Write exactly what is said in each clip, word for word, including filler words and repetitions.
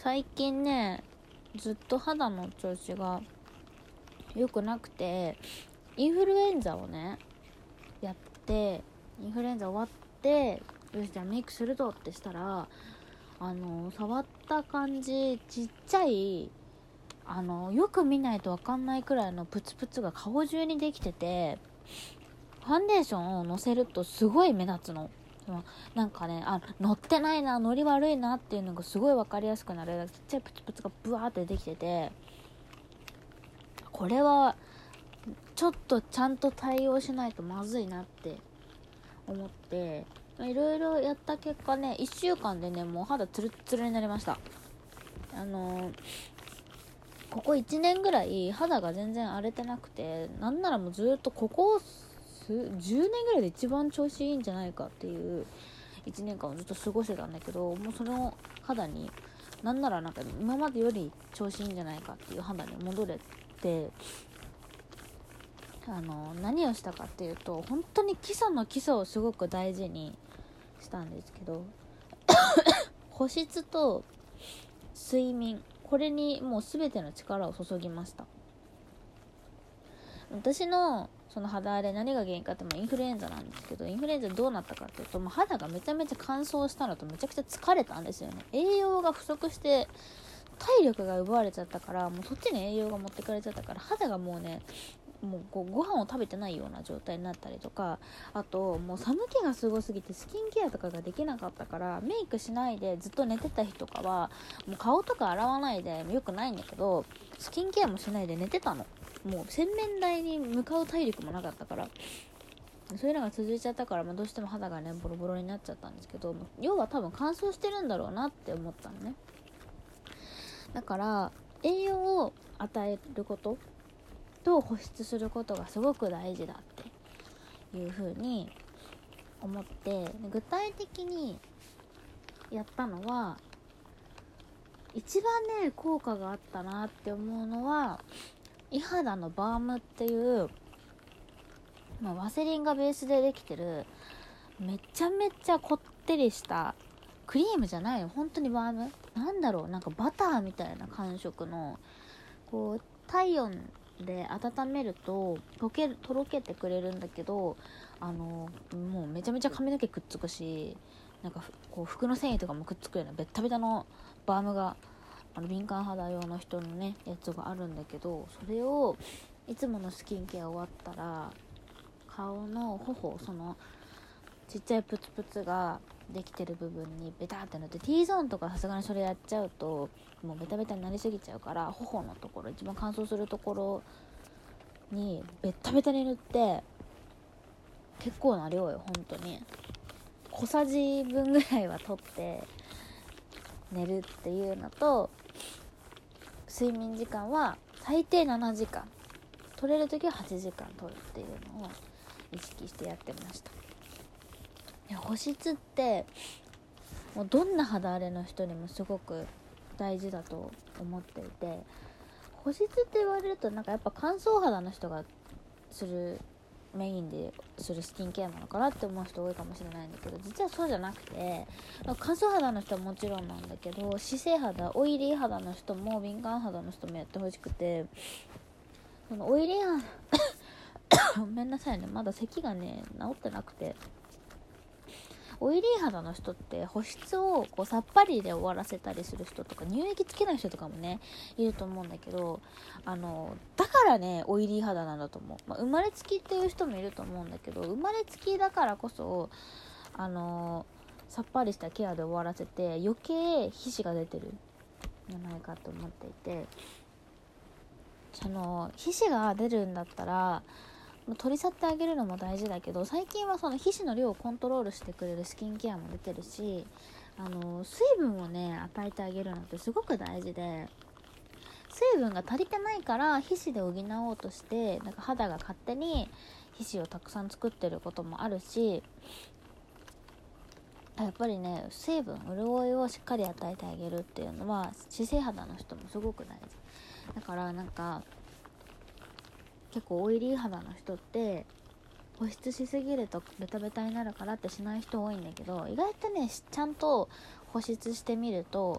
最近ねずっと肌の調子が良くなくて、インフルエンザをねやってインフルエンザ終わってよしじゃあメイクするぞってしたら、あの触った感じちっちゃいあのよく見ないと分かんないくらいのプツプツが顔中にできてて、ファンデーションをのせるとすごい目立つの。なんかね、あ、乗ってないな、乗り悪いなっていうのがすごい分かりやすくなるちっちゃいプツプツがブワーってできてて、これはちょっとちゃんと対応しないとまずいなって思って、いろいろやった結果ね、いっしゅうかんでねもう肌ツルッツルになりました。あのー、ここいちねんぐらい肌が全然荒れてなくて、なんならもうずっとここじゅうねんぐらいで一番調子いいんじゃないかっていういちねんかんをずっと過ごしてたんだけど、もうその肌になんならなんか今までより調子いいんじゃないかっていう肌に戻れて、あの何をしたかっていうと、本当に基礎の基礎をすごく大事にしたんですけど保湿と睡眠、これにもう全ての力を注ぎました。私のその肌荒れ何が原因かって、まあインフルエンザなんですけど、インフルエンザどうなったかっていうと、まあ、肌がめちゃめちゃ乾燥したのとめちゃくちゃ疲れたんですよね。栄養が不足して体力が奪われちゃったから、もうそっちに栄養が持ってかれちゃったから、肌がもうねもうごご飯を食べてないような状態になったりとか、あともう寒気がすごすぎてスキンケアとかができなかったから、メイクしないでずっと寝てた日とかはもう顔とか洗わないでよくないんだけど、スキンケアもしないで寝てたの。もう洗面台に向かう体力もなかったから、そういうのが続いちゃったから、まあ、どうしても肌がねボロボロになっちゃったんですけど、要は多分乾燥してるんだろうなって思ったのね。だから栄養を与えることと保湿することがすごく大事だっていう風に思って、具体的にやったのは、一番ね効果があったなって思うのは、イ肌のバームっていう、まあ、ワセリンがベースでできてるめちゃめちゃこってりしたクリームじゃないの、本当にバームなんだろう、なんかバターみたいな感触の、こう体温で温めると溶けるとろけてくれるんだけど、あのもうめちゃめちゃ髪の毛くっつくし、なんかこう服の繊維とかもくっつくようなベッタベタのバームが、あの敏感肌用の人のねやつがあるんだけど、それをいつものスキンケア終わったら顔の頬、そのちっちゃいプツプツができてる部分にベタってなって、 T ゾーンとかさすがにそれやっちゃうともうベタベタになりすぎちゃうから、頬のところ、一番乾燥するところにベッタベタに塗って、結構な量よ、本当に小さじぶんぐらいは取って寝るっていうのと、睡眠時間は最低ななじかん、取れるときははちじかん取るっていうのを意識してやってました。保湿ってもうどんな肌荒れの人にもすごく大事だと思っていて、保湿って言われるとなんかやっぱ乾燥肌の人がするメインでするスキンケアなのかなって思う人多いかもしれないんだけど、実はそうじゃなくて、乾燥肌の人はもちろんなんだけど、脂性肌、オイリー肌の人も敏感肌の人もやってほしくて、そのオイリー肌ごめんなさいね、まだ咳がね治ってなくて、オイリー肌の人って保湿をこうさっぱりで終わらせたりする人とか、乳液つけない人とかもねいると思うんだけど、あのだからねオイリー肌なんだと思う、まあ、生まれつきっていう人もいると思うんだけど、生まれつきだからこそあのさっぱりしたケアで終わらせて余計皮脂が出てるんじゃないかと思っていて、その皮脂が出るんだったら取り去ってあげるのも大事だけど、最近はその皮脂の量をコントロールしてくれるスキンケアも出てるし、あの水分をね与えてあげるのってすごく大事で、水分が足りてないから皮脂で補おうとしてなんか肌が勝手に皮脂をたくさん作ってることもあるし、やっぱりね水分、潤いをしっかり与えてあげるっていうのは脂性肌の人もすごく大事だから、なんか結構オイリー肌の人って保湿しすぎるとベタベタになるからってしない人多いんだけど、意外とねちゃんと保湿してみると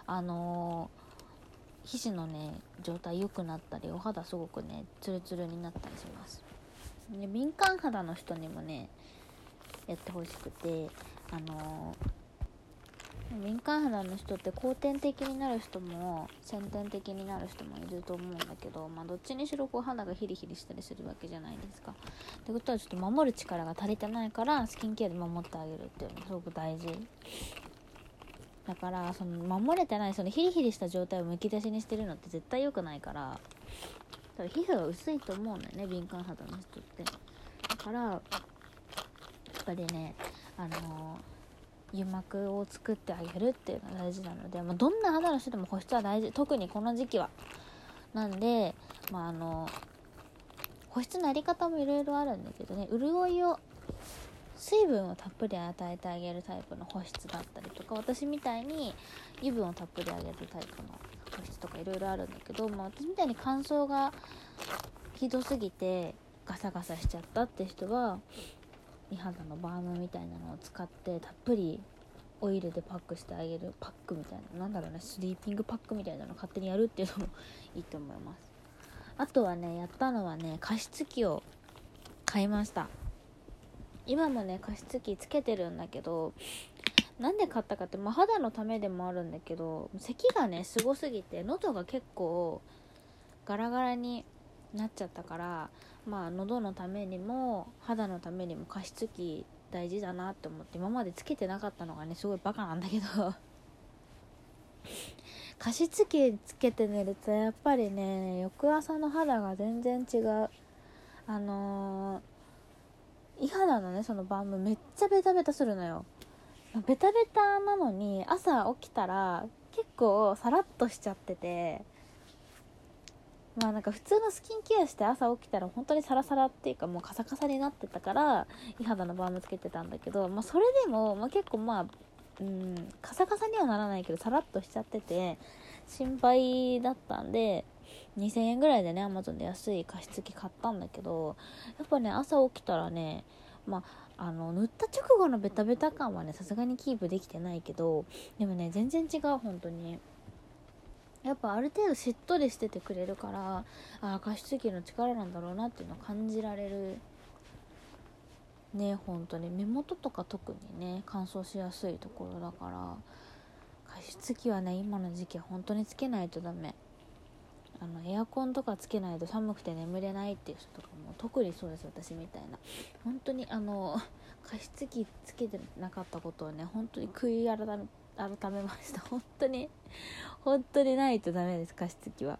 あのー、皮脂のね状態良くなったり、お肌すごくねツルツルになったりします。で敏感肌の人にもねやってほしくて、あのー、敏感肌の人って後天的になる人も先天的になる人もいると思うんだけど、まあ、どっちにしろこう肌がヒリヒリしたりするわけじゃないですか。ってことはちょっと守る力が足りてないから、スキンケアで守ってあげるっていうのがすごく大事だから、その守れてないそのヒリヒリした状態をむき出しにしてるのって絶対良くないから、だから皮膚が薄いと思うんだよね、敏感肌の人って。だからやっぱりね、あのー、油膜を作ってあげるっていうのが大事なので、まあ、どんな肌の人でも保湿は大事、特にこの時期はなんで、まああの保湿のやり方もいろいろあるんだけどね、潤いを水分をたっぷり与えてあげるタイプの保湿だったりとか、私みたいに油分をたっぷりあげるタイプの保湿とかいろいろあるんだけど、まあ、私みたいに乾燥がひどすぎてガサガサしちゃったって人は、美肌のバームみたいなのを使ってたっぷりオイルでパックしてあげる、パックみたいな、なんだろうね、スリーピングパックみたいなのを勝手にやるっていうのもいいと思います。あとはね、やったのはね、加湿器を買いました。今もね加湿器つけてるんだけど、なんで買ったかって、まあ、肌のためでもあるんだけど、咳がねすごすぎて喉が結構ガラガラになっちゃったから、まあ喉のためにも肌のためにも加湿器大事だなって思って、今までつけてなかったのがねすごいバカなんだけど加湿器つけて寝るとやっぱりね、翌朝の肌が全然違う。あのーイ肌のねそのバームめっちゃベタベタするのよ。ベタベタなのに朝起きたら結構サラッとしちゃってて、まあなんか普通のスキンケアして朝起きたら本当にサラサラっていうかもうカサカサになってたから、イ肌のバームつけてたんだけど、まあそれでも、まあ、結構まあうんカサカサにはならないけどサラッとしちゃってて心配だったんで、にせんえんぐらいでね Amazon で安い加湿器買ったんだけど、やっぱね朝起きたらね、まああの塗った直後のベタベタ感はねさすがにキープできてないけど、でもね全然違う。本当にやっぱある程度しっとりしててくれるから、あ加湿器の力なんだろうなっていうのを感じられるね。本当に目元とか特にね乾燥しやすいところだから、加湿器はね今の時期は本当につけないとダメ。あのエアコンとかつけないと寒くて眠れないっていう人とかも特にそうです。私みたいな本当にあの加湿器つけてなかったことをね本当に悔い改め改めました。本当に本当にないとダメです、加湿器は。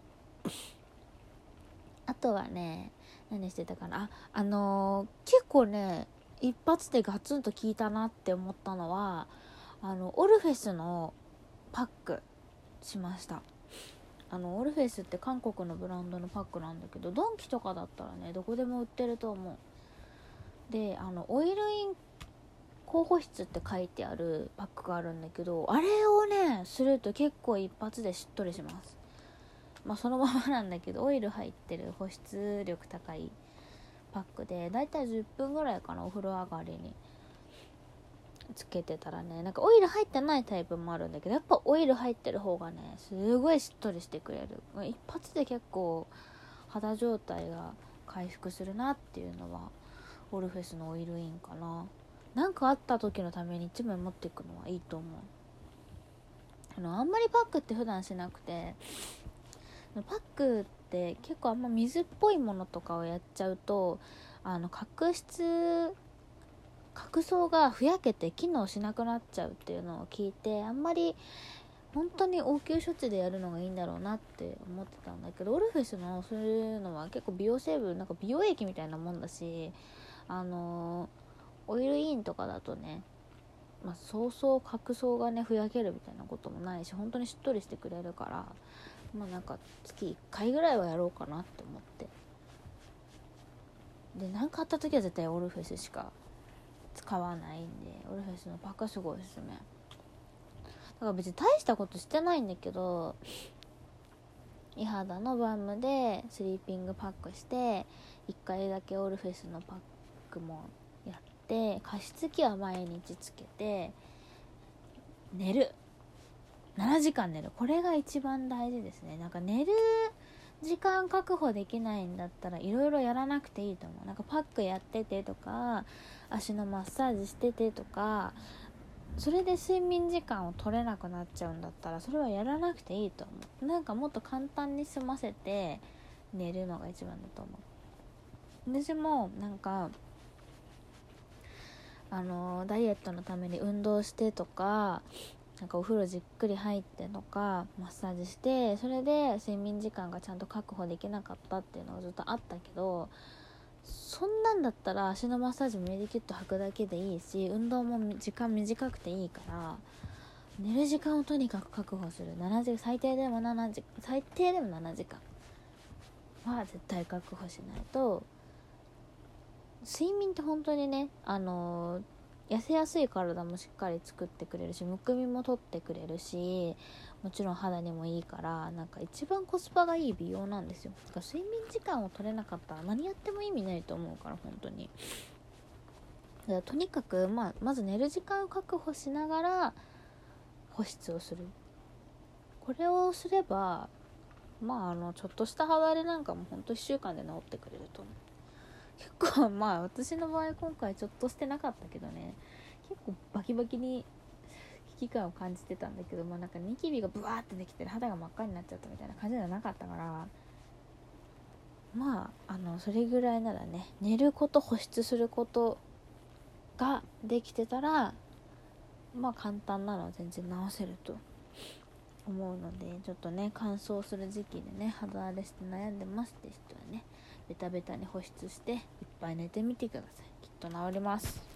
あとはね何してたかな、あ、あのー、結構ね一発でガツンと効いたなって思ったのは、あのオルフェスのパックしました。あのオルフェスって韓国のブランドのパックなんだけど、ドンキとかだったらねどこでも売ってると思う。で、あのオイルイン高保湿って書いてあるパックがあるんだけど、あれをねすると結構一発でしっとりします。まあそのままなんだけど、オイル入ってる保湿力高いパックで、だいたいじゅっぷんぐらいかな、お風呂上がりにつけてたらね、なんかオイル入ってないタイプもあるんだけど、やっぱオイル入ってる方がねすごいしっとりしてくれる。一発で結構肌状態が回復するなっていうのはオルフェスのオイルインかな。なんかあった時のためにいちまい持っていくのはいいと思う。あのあんまりパックって普段しなくて、パックって結構あんま水っぽいものとかをやっちゃうと、あの角質角層がふやけて機能しなくなっちゃうっていうのを聞いて、あんまり本当に応急処置でやるのがいいんだろうなって思ってたんだけど、オルフェスのそういうのは結構美容成分、なんか美容液みたいなもんだし、あのオイルインとかだとね、まあ、そうそう角層がねふやけるみたいなこともないし、本当にしっとりしてくれるから、まあなんか月いっかいぐらいはやろうかなって思って、で何かあった時は絶対オルフェスしか使わないんで、オルフェスのパックはすごいおすすめだから。別に大したことしてないんだけど、イ肌のバームでスリーピングパックしていっかいだけオルフェスのパックもやって、加湿器は毎日つけて寝る。 ななじかん寝る、これが一番大事ですね。なんか寝る時間確保できないんだったらいろいろやらなくていいと思う。なんかパックやっててとか、足のマッサージしててとか、それで睡眠時間を取れなくなっちゃうんだったらそれはやらなくていいと思う。なんかもっと簡単に済ませて寝るのが一番だと思う。私もなんかあのダイエットのために運動してとか、なんかお風呂じっくり入ってとかマッサージして、それで睡眠時間がちゃんと確保できなかったっていうのがずっとあったけど、そんなんだったら足のマッサージもメディキット履くだけでいいし、運動も時間短くていいから、寝る時間をとにかく確保する。ななじ最低でもななじ最低でもななじかんは絶対確保しないと。睡眠って本当にね、あのー痩せやすい体もしっかり作ってくれるし、むくみも取ってくれるし、もちろん肌にもいいから、なんか一番コスパがいい美容なんですよ。だから睡眠時間を取れなかったら何やっても意味ないと思うから、本当に。だからとにかく、まあ、まず寝る時間を確保しながら保湿をする。これをすれば、まあ、あのちょっとした肌荒れなんかも本当いっしゅうかんで治ってくれると思う。結構まあ私の場合今回ちょっとしてなかったけどね、結構バキバキに危機感を感じてたんだけど、まあなんかニキビがブワーってできて肌が真っ赤になっちゃったみたいな感じではなかったから、まああのそれぐらいならね、寝ること保湿することができてたら、まあ簡単なのは全然治せると思うので、ちょっとね乾燥する時期でね肌荒れして悩んでますって人はね、ベタベタに保湿していっぱい寝てみてください。きっと治ります。